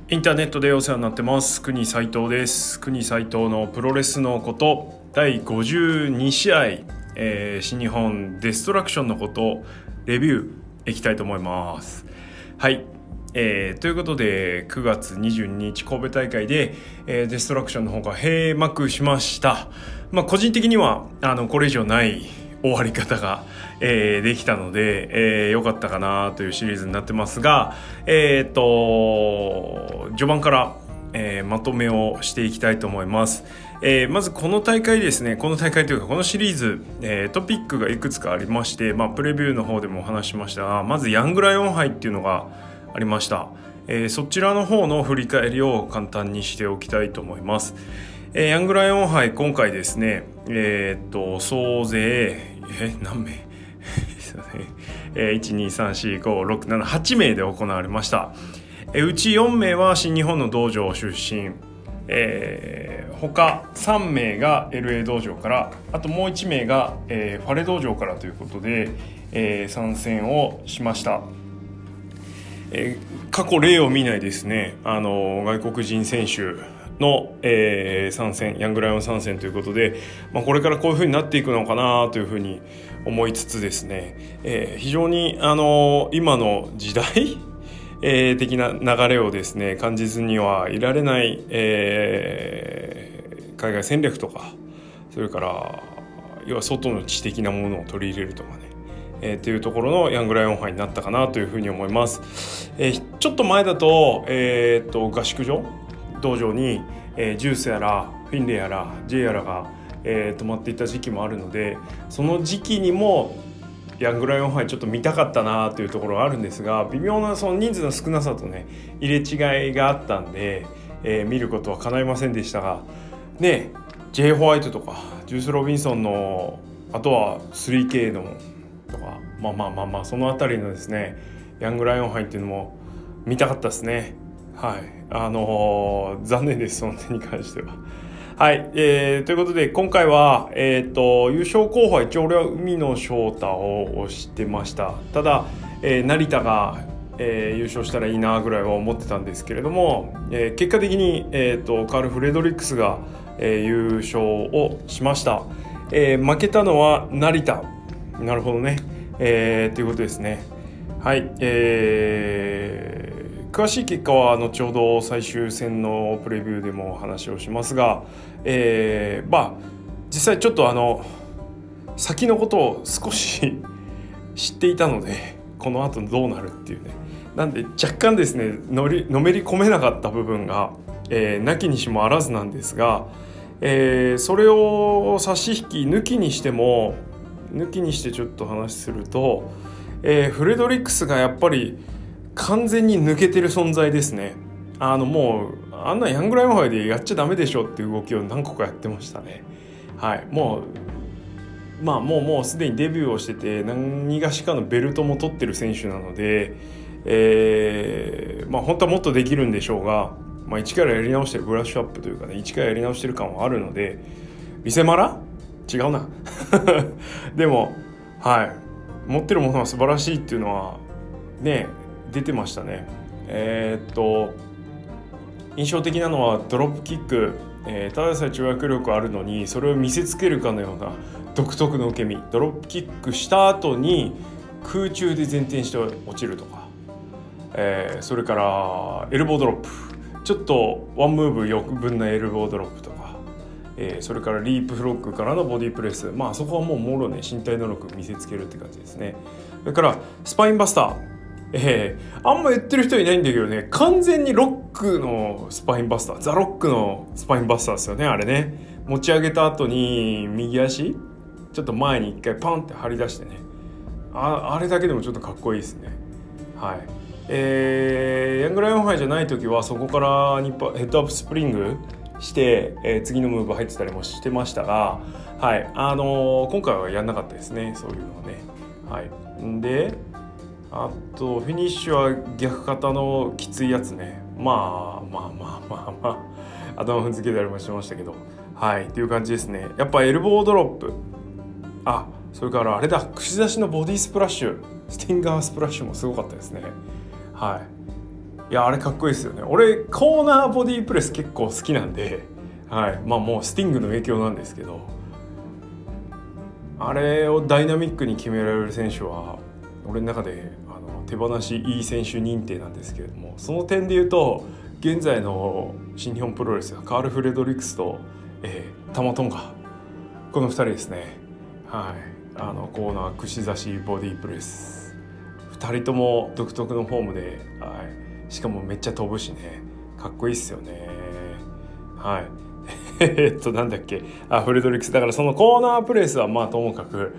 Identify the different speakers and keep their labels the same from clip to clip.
Speaker 1: インターネットでお世話になってます国斉藤です。国斉藤のプロレスのこと第52試合、新日本デストラクションのことレビューいきたいと思います。はい、ということで9月22日神戸大会で、デストラクションの方が閉幕しました。個人的にはこれ以上ない終わり方が、できたので、良かったかなというシリーズになってますが、序盤から、まとめをしていきたいと思います。まずこの大会ですね、この大会というかこのシリーズ、トピックがいくつかありまして、プレビューの方でもお話しましたが、まずヤングライオン杯っていうのがありました。そちらの方の振り返りを簡単にしておきたいと思います。ヤングライオン杯今回ですね、総勢何名1,2,3,4,5,6,7,8 名で行われました。うち4名は新日本の道場出身、他3名が LA 道場から、あともう1名が、ファレ道場からということで、参戦をしました。過去例を見ないですね、外国人選手の、参戦、ヤングライオン参戦ということで、これからこういう風になっていくのかなという風に思いつつですね、非常に今の時代的な流れをですね感じずにはいられない、海外戦略とか、それから要は外の知的なものを取り入れるとかね、というところのヤングライオン杯になったかなというふうに思います。ちょっと前だと、合宿所道場に、ジュースやらフィンレイやら J やらが、泊まっていた時期もあるので、その時期にもヤングライオン杯ちょっと見たかったなというところがあるんですが、微妙なその人数の少なさとね入れ違いがあったんで、見ることは叶いませんでしたがね、 J ホワイトとかジュース・ロビンソンの、あとは 3K のとか、そのあたりのですねヤングライオン杯っていうのも見たかったですね。はい、残念です、その点に関しては。はい、ということで今回は、優勝候補は一応俺は海野翔太を推してました。ただ、成田が、優勝したらいいなぐらいは思ってたんですけれども、結果的に、カール・フレドリックスが、優勝をしました。負けたのは成田。なるほどね、ということですね。はい、詳しい結果は後ほど最終戦のプレビューでも話をしますが、実際ちょっと先のことを少し知っていたので、この後どうなるっていうね、なんで若干ですねのめり込めなかった部分が、なきにしもあらずなんですが、それを差し引き抜きにしてちょっと話すると、フレドリックスがやっぱり完全に抜けてる存在ですね。もうあんなヤングライオン杯でやっちゃダメでしょっていう動きを何個かやってましたね。はい、もうすでにデビューをしてて何がしかのベルトも取ってる選手なので、本当はもっとできるんでしょうが、一からやり直してる、ブラッシュアップというかね、一からやり直してる感はあるので、見せマラ違うなでもはい、持ってるものは素晴らしいっていうのはね出てましたね。印象的なのはドロップキック、ただでさえ跳躍力あるのにそれを見せつけるかのような独特の受け身、ドロップキックした後に空中で前転して落ちるとか、それからエルボードロップ、ちょっとワンムーブ余分なエルボードロップとか、それからリープフロッグからのボディプレス、そこはもうもろね身体能力見せつけるって感じですね。それからスパインバスター、あんま言ってる人いないんだけどね、完全にロックのスパインバスター、ザロックのスパインバスターですよね。あれね、持ち上げた後に右足ちょっと前に一回パンって張り出してね、あれだけでもちょっとかっこいいですね。はい、ヤングライオン杯じゃない時はそこからヘッドアップスプリングして、次のムーブ入ってたりもしてましたが、はい、今回はやんなかったですね、そういうのはね。はい、であとフィニッシュは逆肩のきついやつね、頭踏んづけたりもしましたけど、はいっていう感じですね。やっぱエルボードロップ、それからあれだ、串刺しのボディスプラッシュ、スティンガースプラッシュもすごかったですね。はい、 いやあれかっこいいですよね。俺コーナーボディープレス結構好きなんで、はい、まあもうスティングの影響なんですけど、あれをダイナミックに決められる選手は俺の中で手放しいい選手認定なんですけれども、その点で言うと現在の新日本プロレスはカール・フレドリクスと、タマトンガ、この2人ですね。はい、コーナー串刺しボディープレス、2人とも独特のフォームで、はい、しかもめっちゃ飛ぶしね、かっこいいっすよね。はいなんだっけ、フレドリックスだから、そのコーナープレスはまあともかく、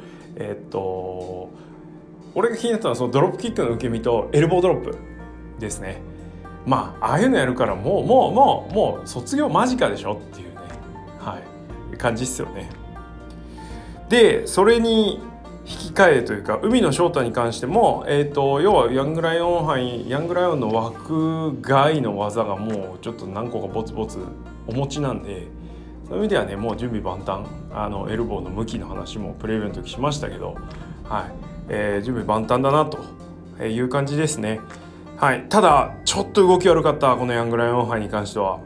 Speaker 1: 俺が気になったのはそのドロップキックの受け身とエルボードロップですね。まあああいうのやるからもう卒業間近でしょっていうね、はい、感じっすよね。でそれに引き換えというか、海野翔太に関しても、要はヤングライオンの枠外の技がもうちょっと何個かボツボツお持ちなんで、そういう意味ではね、もう準備万端、エルボーの向きの話もプレイベントの時しましたけど、はい、準備万端だなという感じですね。はい、ただちょっと動き悪かったこのヤングライオン杯に関しては、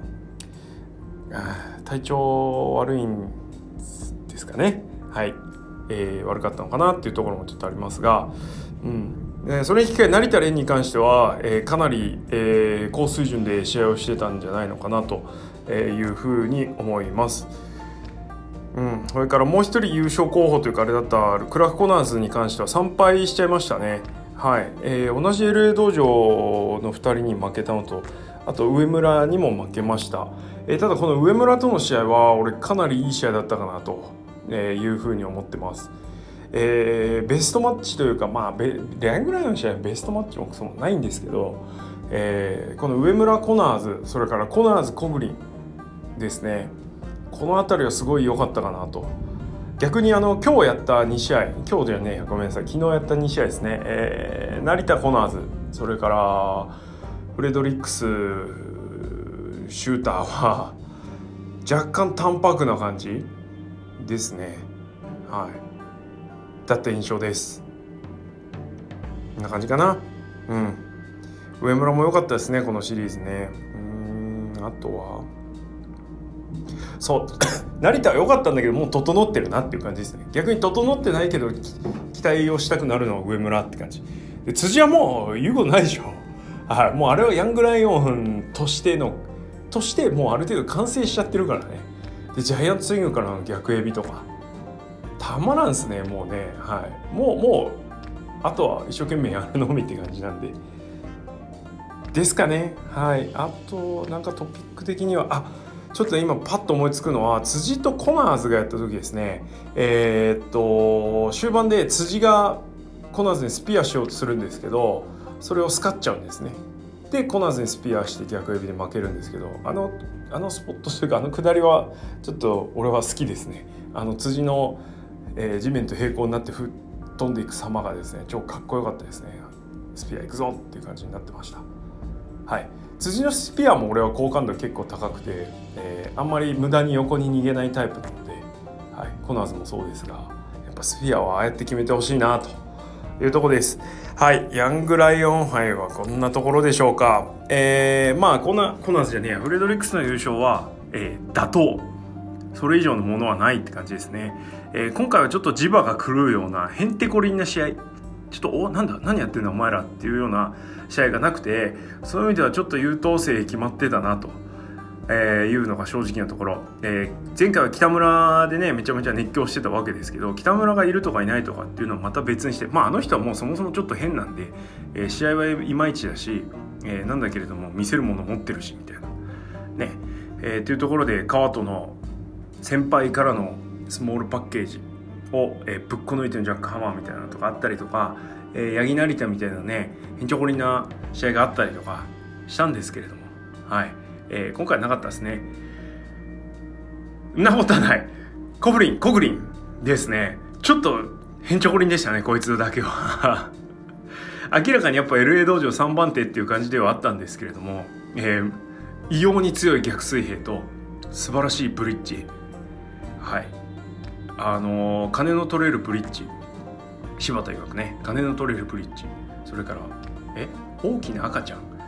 Speaker 1: 体調悪いんですかね。はい、悪かったのかなっていうところもちょっとありますが、それに引き換え成田蓮に関しては、かなり、高水準で試合をしてたんじゃないのかなというふうに思います。それからもう一人優勝候補というかあれだったクラフ・コナーズに関しては3敗しちゃいましたね。はい、同じ LA 道場の2人に負けたのと、あと上村にも負けました。ただこの上村との試合は俺かなりいい試合だったかなというふうに思ってます。ベストマッチというか、まあヤングライオンの試合はベストマッチもクソもないんですけど、この上村コナーズ、それからコナーズコグリンですね、この辺りはすごい良かったかなと。逆に今日やった2試合、今日じゃねえや、ごめんなさい、昨日やった2試合ですね、成田コナーズ、それからフレドリックスシューターは若干淡白な感じですね。はい、だった印象です。こんな感じかな。上村も良かったですね、このシリーズね。あとはそう成田は良かったんだけど、もう整ってるなっていう感じですね。逆に整ってないけど期待をしたくなるのは上村って感じで、辻はもう言うことないでしょ。はい、もうあれはヤングライオンとしてもうある程度完成しちゃってるからね。でジャイアントスイングからの逆エビとかたまらんすね、もうね。はい、もうあとは一生懸命やるのみって感じなんでですかね。はい、あとなんかトピック的にはちょっと今パッと思いつくのは辻とコナーズがやった時ですね。終盤で辻がコナーズにスピアしようとするんですけど、それをスカっちゃうんですね。でコナーズにスピアして逆エビで負けるんですけど、あのスポットというか下りはちょっと俺は好きですね。辻の、地面と平行になって吹っ飛んでいく様がですね、超かっこよかったですね。スピア行くぞっていう感じになってました。はい、辻のスピアも俺は好感度結構高くて、あんまり無駄に横に逃げないタイプなので、はい、コナーズもそうですが、やっぱスピアはああやって決めてほしいなというところです。はい、ヤングライオン杯はこんなところでしょうか。まあコナーズじゃねえや、フレドリックスの優勝は、妥当、それ以上のものはないって感じですね。今回はちょっと磁場が狂うようなへんてこりんな試合、ちょっと何やってんだお前らっていうような試合がなくて、そういう意味ではちょっと優等生決まってたなと、いうのが正直なところ。前回は北村でねめちゃめちゃ熱狂してたわけですけど、北村がいるとかいないとかっていうのはまた別にして、あの人はもうそもそもちょっと変なんで、試合はいまいちだし、なんだけれども見せるもの持ってるしみたいなね、っていうところで川戸の先輩からのスモールパッケージを、ぶっこ抜いてのジャックハマーみたいなのとかあったりとか、八木成田みたいなねへんちょこりんな試合があったりとかしたんですけれども、はい、今回はなかったですね。んなことはない。コグリンですね。ちょっとへんちょこりんでしたね、こいつだけは明らかにやっぱ LA 道場3番手っていう感じではあったんですけれども、異様に強い逆水平と素晴らしいブリッジ、はい、金の取れるブリッジ、柴田曰くね、金の取れるブリッジ、それから大きな赤ちゃん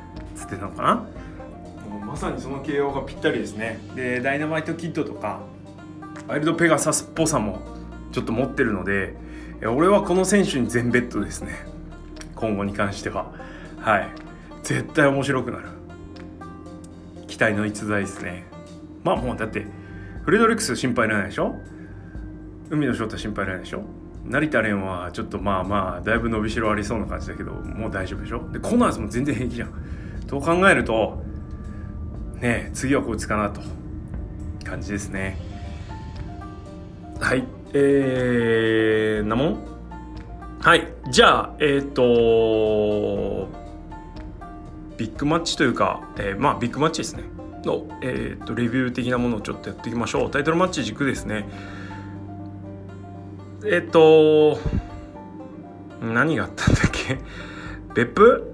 Speaker 1: つってたのかな。もうまさにその形容がぴったりですね。でダイナマイトキッドとかワイルドペガサスっぽさもちょっと持ってるので、俺はこの選手に全ベッドですね。今後に関しては絶対面白くなる期待の逸材ですね。まあもうだってフレドリックス心配いらないでしょ、海野翔太心配いらないでしょ、成田蓮はちょっとまあだいぶ伸びしろありそうな感じだけどもう大丈夫でしょ。でコナーズも全然平気じゃんと考えるとね、次はこいつかなと感じですね。はい、なもん。はい、じゃあビッグマッチというか、ビッグマッチですねの、レビュー的なものをちょっとやっていきましょう。タイトルマッチ軸ですね。何があったんだっけ。別府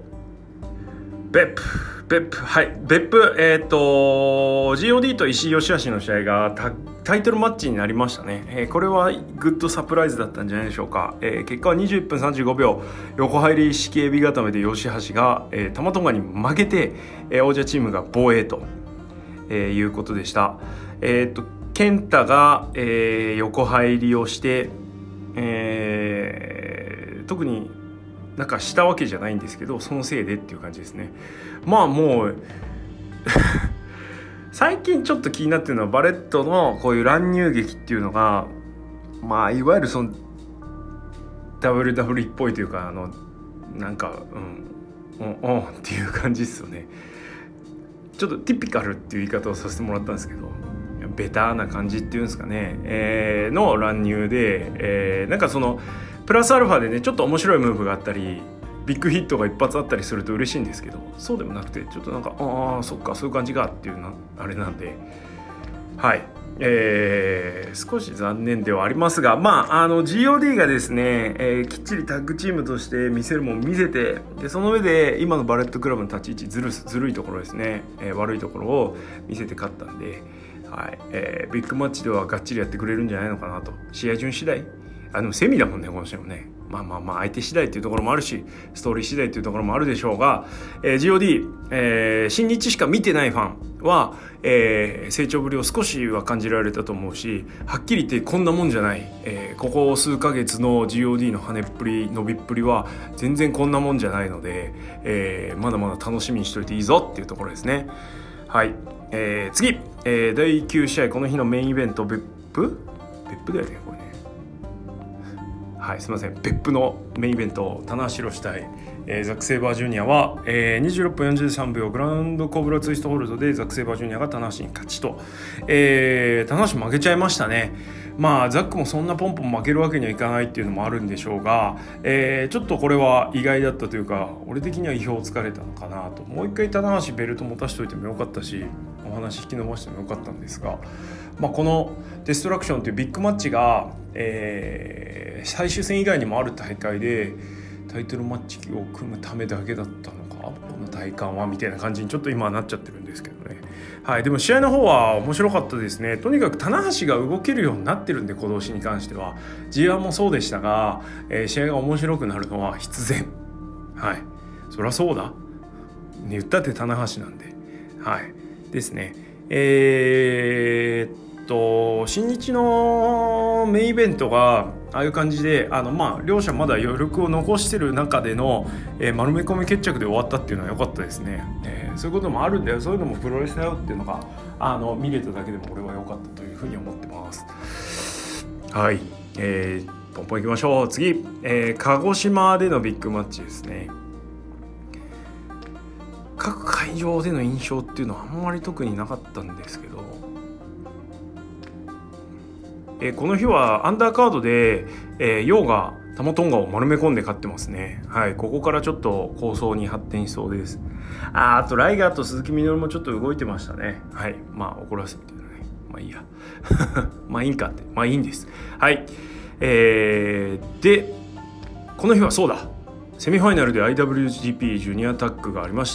Speaker 1: はい、別府GOD と石井義橋の試合がタイトルマッチになりましたね。これはグッドサプライズだったんじゃないでしょうか。結果は21分35秒横入り式エビ固めで義橋が、玉トンガに負けて、王者チームが防衛と、いうことでした。健太が、横入りをして、特になんかしたわけじゃないんですけどそのせいでっていう感じですね。まあもう最近ちょっと気になってるのはバレットのこういう乱入劇っていうのがいわゆるその WWE っぽいというかなんかっていう感じですよね。ちょっとティピカルっていう言い方をさせてもらったんですけどベターな感じっていうんですかね、の乱入で、なんかそのプラスアルファでねちょっと面白いムーブがあったりビッグヒットが一発あったりすると嬉しいんですけどそうでもなくてちょっとなんかそっかそういう感じかっていうあれなんで少し残念ではありますがGOD がですね、きっちりタッグチームとして見せるもん見せてでその上で今のバレットクラブの立ち位置ずるいところですね、悪いところを見せて勝ったんでビッグマッチではがっちりやってくれるんじゃないのかなと。試合順次第セミだもんねこの人もね。相手次第っていうところもあるしストーリー次第っていうところもあるでしょうが、GOD、新日しか見てないファンは、成長ぶりを少しは感じられたと思うしはっきり言ってこんなもんじゃない、ここ数ヶ月の GOD の跳ねっぷり伸びっぷりは全然こんなもんじゃないので、まだまだ楽しみにしといていいぞっていうところですね。はい、次、第9試合この日のメインイベント別府だよねこれね。すいません別府のメインイベント棚橋宏対、ザック・セイバージュニアは、26分43秒グラウンドコブラツイストホールドでザック・セイバージュニアが棚橋に勝ちと、棚橋負けちゃいましたね。ザックもそんなポンポン負けるわけにはいかないっていうのもあるんでしょうが、ちょっとこれは意外だったというか俺的には意表をつかれたのかなと。もう一回棚橋ベルト持たせておいてもよかったしお話引き伸ばしてもよかったんですが、このデストラクションというビッグマッチが、最終戦以外にもある大会でタイトルマッチを組むためだけだったのかこの体感はみたいな感じにちょっと今はなっちゃってるんですけどね。でも試合の方は面白かったですね。とにかく棚橋が動けるようになってるんで小通に関しては G1 もそうでしたが、試合が面白くなるのは必然。そりゃそうだ言ったって棚橋なんでですね。新日のメインイベントがああいう感じで両者まだ余力を残してる中での、丸め込み決着で終わったっていうのは良かったですね。そういうこともあるんだよそういうのもプロレスだよっていうのが見れただけでも俺は良かったというふうに思ってます。ポンポンいきましょう。次、鹿児島でのビッグマッチですね。各会場での印象っていうのはあんまり特になかったんですけど、この日はアンダーカードで、ヨウがタマトンガを丸め込んで勝ってますね。ここからちょっと構想に発展しそうです。あとライガーと鈴木みのるもちょっと動いてましたね。怒らせてね。いいやいいんかっていいんです。でこの日はそうだセミファイナルで IWGP ジュニアタッグがありました。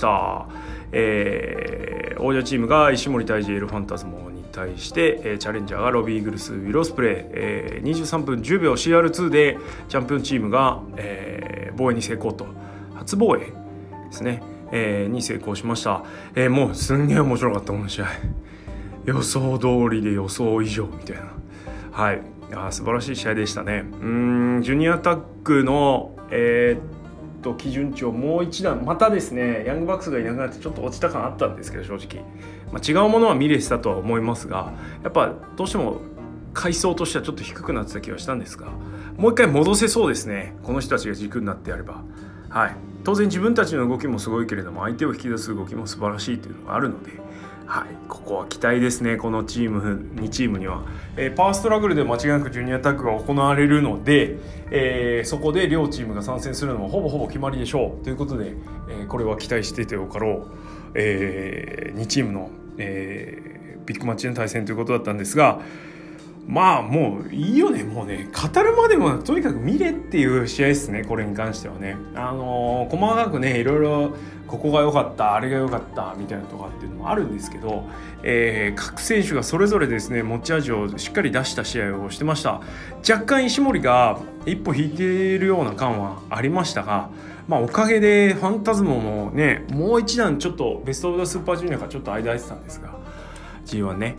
Speaker 1: 王者チームが石森対 J エルファンタズモに対して、チャレンジャーがロビーイーグルスウィル・オスプレイ、23分10秒 CR2 でチャンピオンチームが、防衛に成功と初防衛ですね。 に成功しました。もうすんげえ面白かったこの試合。予想通りで予想以上みたいな。はい。素晴らしい試合でしたね。ジュニアタッグの基準値をもう一段またですね、ヤングバックスがいなくなってちょっと落ちた感あったんですけど、正直、違うものは見れてたとは思いますが、やっぱどうしても階層としてはちょっと低くなってた気はしたんですが、もう一回戻せそうですね、この人たちが軸になってやれば。はい、当然自分たちの動きもすごいけれども、相手を引き出す動きも素晴らしいというのがあるので、はい、ここは期待ですね、このチーム2チームには。パワーストラグルで間違いなくジュニアタッグが行われるので、そこで両チームが参戦するのもほぼほぼ決まりでしょうということで、これは期待しててよかろう、2チームの、ビッグマッチの対戦ということだったんですが、もういいよね、もうね、語るまでもとにかく見れっていう試合ですね、これに関してはね。細かくね、いろいろここが良かったあれが良かったみたいなとかっていうのもあるんですけど、各選手がそれぞれですね持ち味をしっかり出した試合をしてました。若干石森が一歩引いているような感はありましたが、おかげでファンタズモもね、もう一段ちょっとベストオブザスーパージュニアからちょっと間空いてたんですが、 G1 ね、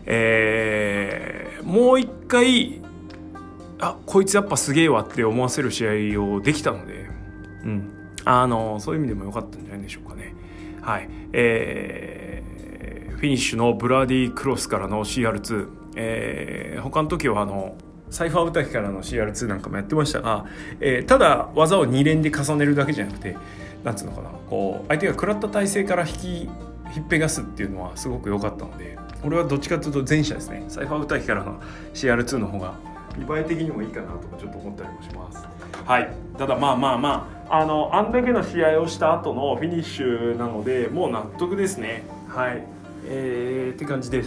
Speaker 1: もう一回こいつやっぱすげえわって思わせる試合をできたので、そういう意味でも良かったんじゃないでしょうかね。はい、フィニッシュのブラディクロスからの CR2、他の時はサイファー歌からの CR2 なんかもやってましたが、ただ技を2連で重ねるだけじゃなくて、なんつうのかな、こう相手が食らった体勢から引っぺがすっていうのはすごく良かったので、俺はどっちかというと前者ですね。サイファー歌からの CR2 の方が見栄え的にもいいかなとかちょっと思ったりもします。はい、ただあんだけの試合をした後のフィニッシュなので、もう納得ですね。はい、って感じです。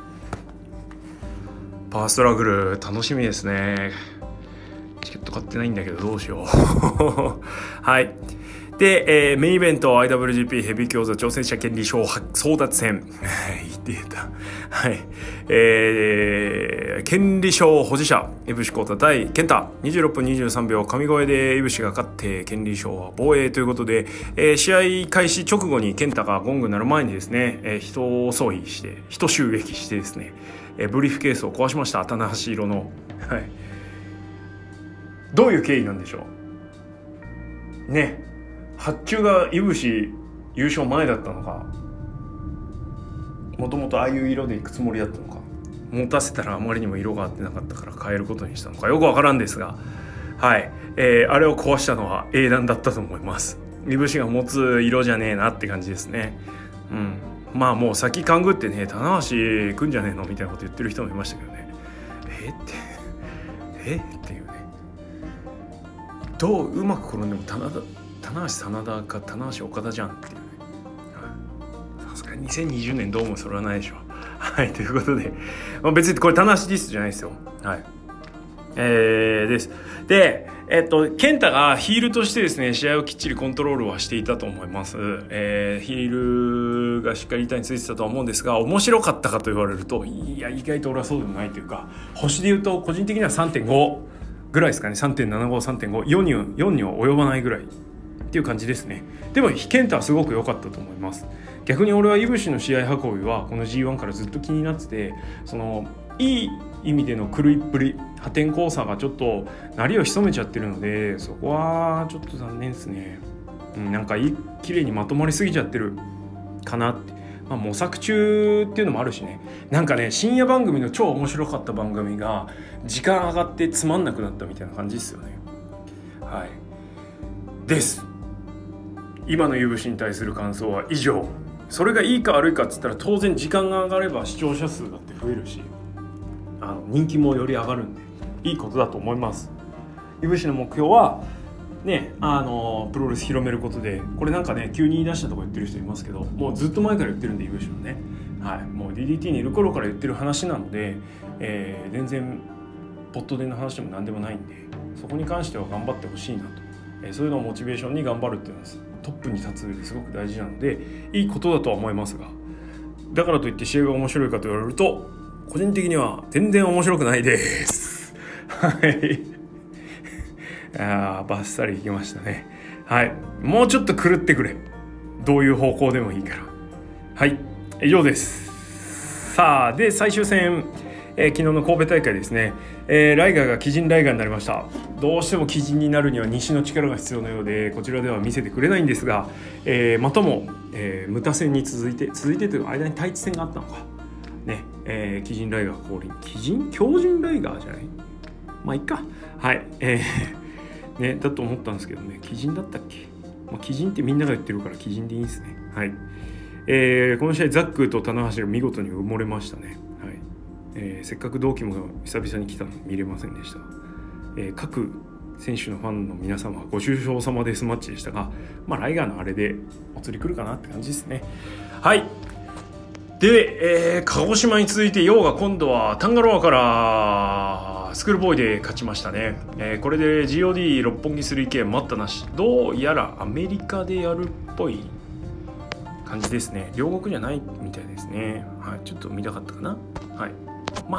Speaker 1: パワーストラグル楽しみですね。チケット買ってないんだけどどうしようはい。で、メインイベント IWGP ヘビー強座挑戦者権利賞争奪戦言ってた。はい。権利賞保持者井伏浩太対健太、26分23秒神声で井伏が勝って権利賞は防衛ということで、試合開始直後に健太がゴングになる前にですね、人襲いして人襲撃してですね、ブリーフケースを壊しました。棚橋色の、はい、どういう経緯なんでしょうね。発注が井伏優勝前だったのか、もともとああいう色でいくつもりだったのか、持たせたらあまりにも色が合ってなかったから変えることにしたのかよくわからんですが、はい、あれを壊したのは英断だったと思います。井伏が持つ色じゃねえなって感じですね。もう先勘ぐってね、棚橋来んじゃねえのみたいなこと言ってる人もいましたけどね。っていうね、どううまく転んでも棚橋真田か棚橋岡田じゃんっていうね。さすがに2020年どうもそれはないでしょ。はい、ということで、別にこれ棚橋ディスじゃないですよ。はい。です。で、健太がヒールとしてですね、試合をきっちりコントロールはしていたと思います。ヒールがしっかり板についてたとは思うんですが、面白かったかと言われると、いや意外と俺はそうでもないというか、星で言うと個人的には 3.5 ぐらいですかね。 3.75、3.5、4には及ばないぐらいっていう感じですね。でも健太はすごく良かったと思います。逆に俺は井伏の試合運びはこの G1 からずっと気になってて、いい意味での狂いっぷり、破天荒さがちょっと鳴りを潜めちゃってるので、そこはちょっと残念ですね。なんか綺麗にまとまりすぎちゃってるかなって、模索中っていうのもあるしね。なんかね、深夜番組の超面白かった番組が時間上がってつまんなくなったみたいな感じですよね。はいです。今の井伏に対する感想は以上。それがいいか悪いかっつったら、当然時間が上がれば視聴者数だって増えるし、人気もより上がるんでいいことだと思います。井伏の目標はね、プロレス広めることで、これなんかね急に言い出したとか言ってる人いますけど、もうずっと前から言ってるんで、井伏はね、はい、もう DDT にいる頃から言ってる話なので、全然ポットでの話でも何でもないんで、そこに関しては頑張ってほしいなと、そういうのをモチベーションに頑張るっていうのはトップに立つ上ですごく大事なのでいいことだとは思いますが、だからといって試合が面白いかと言われると個人的には全然面白くないですはいバッサリいきましたね。はい、もうちょっと狂ってくれ。 どういう方向でもいいから。はい、以上です。さあ、で最終戦、昨日の神戸大会ですね、ライガーが鬼神ライガーになりました。どうしても鬼神になるには西の力が必要なようで、こちらでは見せてくれないんですが、またも、ムタ戦に続いてという間に対地戦があったのかね、鬼神ライガー降臨、狂人ライガーじゃない、まあいっか、はいね、だと思ったんですけどね、鬼神だったっけ、鬼神ってみんなが言ってるから鬼神でいいんですね。はい、この試合ザックと棚橋が見事に埋もれましたね。はい、せっかく同期も久々に来たの見れませんでした。各選手のファンの皆様ご愁傷様ですマッチでしたが、ライガーのあれでお釣り来るかなって感じですね。はい、で、鹿児島に続いて陽が今度はタンガロアからスクールボーイで勝ちましたね。これで GOD 六本木 3K 待ったなし、どうやらアメリカでやるっぽい感じですね。両国じゃないみたいですね。はい、ちょっと見たかったかな。はい、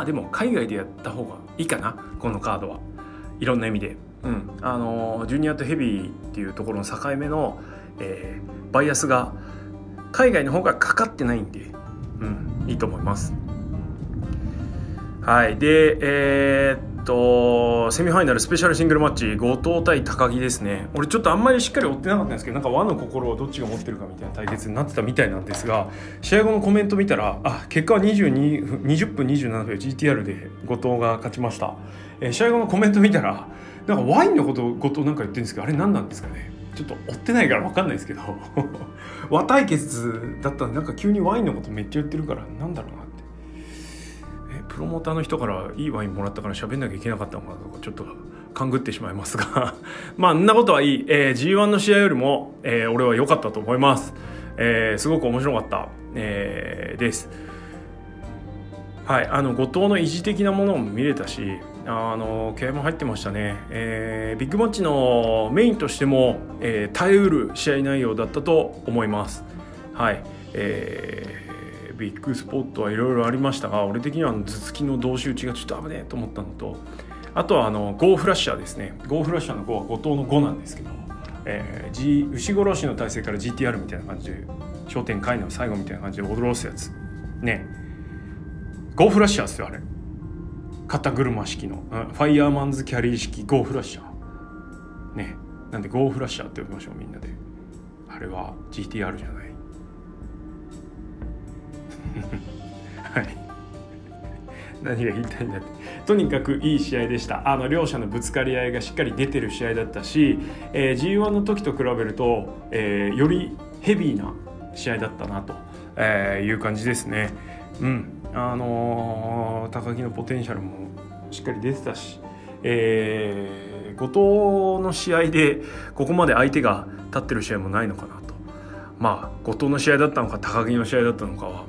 Speaker 1: でも海外でやった方がいいかな、このカードはいろんな意味で。ジュニアとヘビーっていうところの境目の、バイアスが海外の方がかかってないんで、いいと思います。はい、でセミファイナルスペシャルシングルマッチ、後藤対高木ですね。俺ちょっとあんまりしっかり追ってなかったんですけど、和の心をどっちが持ってるかみたいな対決になってたみたいなんですが、試合後のコメント見たら結果は20分27秒 GTR で後藤が勝ちました。試合後のコメント見たらワインのことを後藤なんか言ってるんですけど、あれ何なんですかね。ちょっと追ってないから分かんないですけど和対決だったら急にワインのことめっちゃ言ってるからなんだろうなって、プロモーターの人からいいワインもらったから喋んなきゃいけなかったのかなとかちょっと勘ぐってしまいますがそんなことはいい。G1 の試合よりも、俺は良かったと思います。すごく面白かった、です。はい、後藤の意地的なものも見れたし、気合も入ってましたね。ビッグマッチのメインとしても、耐えうる試合内容だったと思います。はい、ビッグスポットはいろいろありましたが、俺的には頭突きの同士打ちがちょっと危ねえと思ったのと、あとはゴーフラッシャーですね。ゴーフラッシャーの5は後藤の5なんですけど、牛殺しの体勢から GTR みたいな感じで焦点回の最後みたいな感じで踊すやつね。ゴーフラッシャーですよ、あれ。肩車式の、ファイヤーマンズキャリー式ゴーフラッシャーね。なんでゴーフラッシャーって呼びましょうみんなで。あれは GTR じゃないはい、何が言いたいんだって。とにかくいい試合でした。両者のぶつかり合いがしっかり出てる試合だったし、G1 の時と比べると、よりヘビーな試合だったなと、いう感じですね。高木のポテンシャルもしっかり出てたし、後藤の試合でここまで相手が立ってる試合もないのかなと。後藤の試合だったのか高木の試合だったのかは、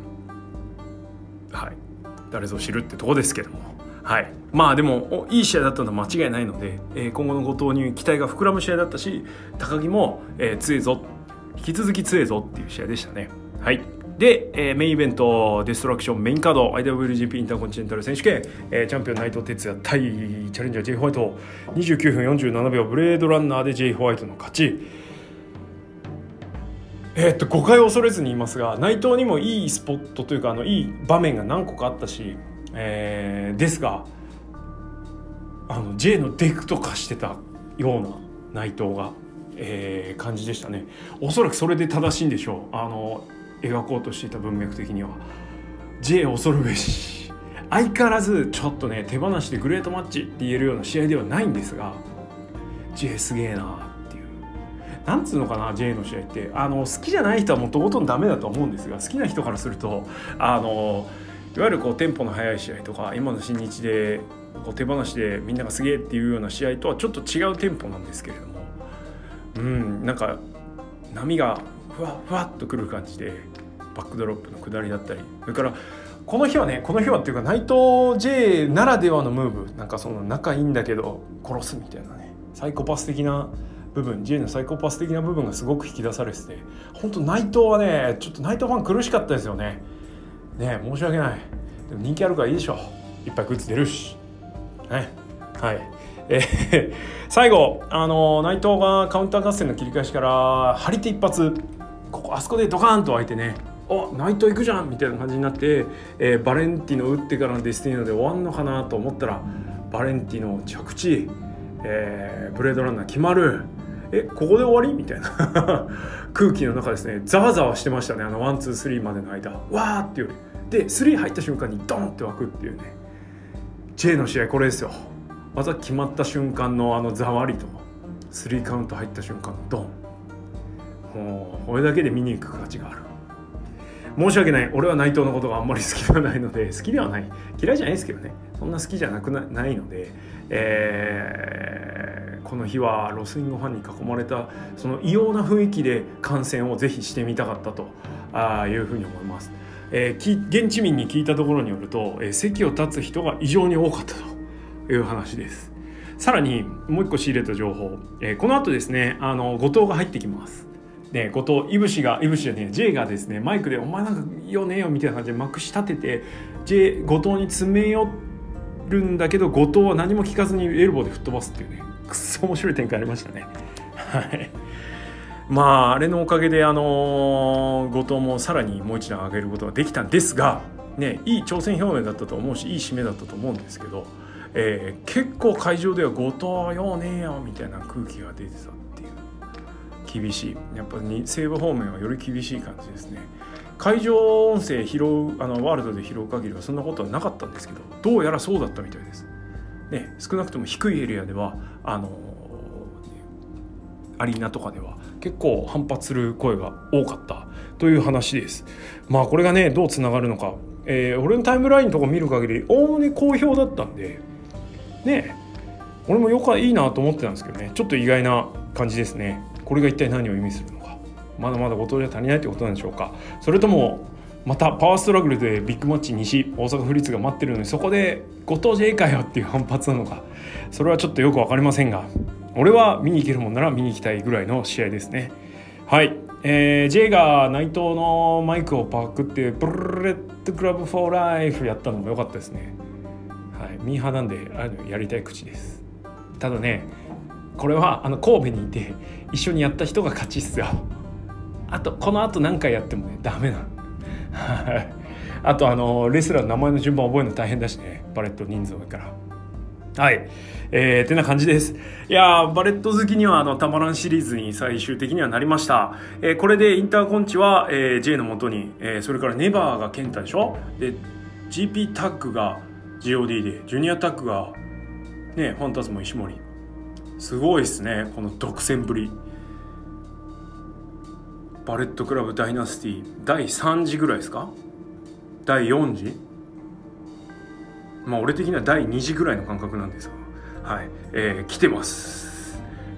Speaker 1: 誰ぞ知るってとこですけども、でもいい試合だったのは間違いないので、今後の後藤に期待が膨らむ試合だったし、高木も、強いぞ、引き続き強いぞっていう試合でしたね。はい。で、メインイベントデストラクションメインカード IWGP インターコンチネンタル選手権、チャンピオン内藤哲也対チャレンジャー J ホワイト、29分47秒ブレードランナーで J ホワイトの勝ち。誤解を恐れずに言いますが、内藤にもいいスポットというかいい場面が何個かあったし、ですがJ のデクとかしてたような内藤が、感じでしたね。おそらくそれで正しいんでしょう。描こうとしていた文脈的には J 恐るべし。相変わらずちょっとね手放しでグレートマッチって言えるような試合ではないんですが、 J すげえなっていう、なんつうのかな、 J の試合って好きじゃない人はもうとことんダメだと思うんですが、好きな人からするといわゆるテンポの速い試合とか今の新日で手放しでみんながすげえっていうような試合とはちょっと違うテンポなんですけれども、波がふわふわっとくる感じで、バックドロップの下りだったり、それからこの日はっていうか内藤 J ならではのムーブ、その仲いいんだけど殺すみたいなね、サイコパス的な部分、 J のサイコパス的な部分がすごく引き出されてて、本当内藤はね、ちょっと内藤ファン苦しかったですよね。申し訳ない。でも人気あるからいいでしょ、いっぱいグッズ出るしね。はい。最後内藤がカウンター合戦の切り返しから張り手一発あそこでドカーンと開いてね、内藤行くじゃんみたいな感じになって、バレンティノ打ってからのデスティーノで終わんのかなと思ったら、バレンティノ着地、ブレードランナー決まる、ここで終わりみたいな空気の中ですね、ざわざわしてましたね。ワンツースリーまでの間、わーっていうでスリー入った瞬間にドンって湧くっていうね、 J の試合これですよ。技決まった瞬間のざわりと、スリーカウント入った瞬間のドン、もうこれだけで見に行く価値がある。申し訳ない、俺は内藤のことがあんまり好きではないので、好きではない、嫌いじゃないですけどね、そんな好きじゃないので、この日はロスインゴファンに囲まれたその異様な雰囲気で観戦をぜひしてみたかったというふうに思います。現地民に聞いたところによると、席を立つ人が異常に多かったという話です。さらにもう一個仕入れた情報、この後ですね、後藤が入ってきます。で後藤、いぶしじゃねえ J がですね、マイクでお前なんかいいよねえよみたいな感じでまくし立てて、後藤に詰め寄るんだけど、後藤は何も聞かずにエルボーで吹っ飛ばすっていうね、くっそ面白い展開ありましたね。はい。まああれのおかげで後藤もさらにもう一段上げることができたんですがね、いい挑戦表明だったと思うし、いい締めだったと思うんですけど、結構会場では後藤よねえよみたいな空気が出てたっていう、厳しい、やっぱり西武方面はより厳しい感じですね。会場音声ワールドで拾う限りはそんなことはなかったんですけど、どうやらそうだったみたいですね。少なくとも低いエリアではアリーナとかでは結構反発する声が多かったという話です。まあこれがねどうつながるのか、俺のタイムラインとか見る限りおおむね好評だったんでね、俺もいいなと思ってたんですけどね、ちょっと意外な感じですね。これが一体何を意味するのか、まだまだ後藤じゃ足りないということなんでしょうか。それともまたパワーストラグルでビッグマッチ西大阪府立が待ってるのに、そこで後藤 J かよっていう反発なのか、それはちょっとよく分かりませんが、俺は見に行けるもんなら見に行きたいぐらいの試合ですね。はい、J が内藤のマイクをパクってブルレッドクラブフォーライフやったのも良かったですね。はい、ミーハーなんでああいうのやりたい口です。ただね、これは神戸にいて一緒にやった人が勝ちっすよ。この後何回やってもねダメなの。あとレスラーの名前の順番覚えるの大変だしね、バレット人数多いから。はい、てな感じです。いやバレット好きにはたまらんシリーズに最終的にはなりました。これでインターコンチは、J の元に、それからネバーがケンタでしょ。で GP タッグが GOD で、ジュニアタッグがねファンタズム石森、すごいですねこの独占ぶり。バレットクラブダイナスティ第3次ぐらいですか、第4次、まあ俺的には第2次ぐらいの感覚なんですが、はい、来てます。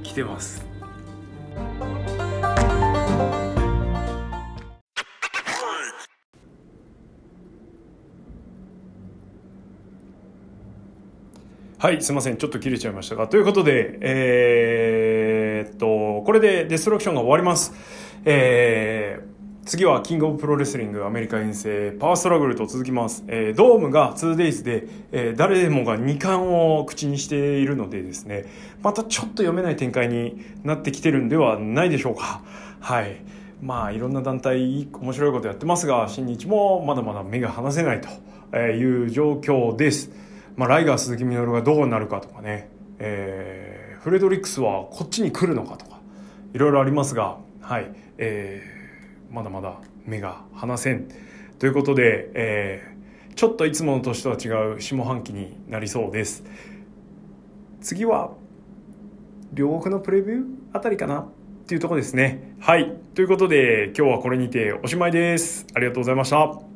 Speaker 1: はい、すいません、ちょっと切れちゃいましたが、ということでこれでデストラクションが終わります。次はキングオブプロレスリングアメリカ遠征パワーストラグルと続きます。ドームが 2days で、誰もが2冠を口にしているのでですね、またちょっと読めない展開になってきてるんではないでしょうか。はい、まあいろんな団体面白いことやってますが、新日もまだまだ目が離せないという状況です。まあ、ライガー鈴木みのるがどうなるかとかね、フレドリックスはこっちに来るのかとかいろいろありますが、はい、まだまだ目が離せんということで、ちょっといつもの年とは違う下半期になりそうです。次は両国のプレビューあたりかなっていうところですね。はい、ということで今日はこれにておしまいです。ありがとうございました。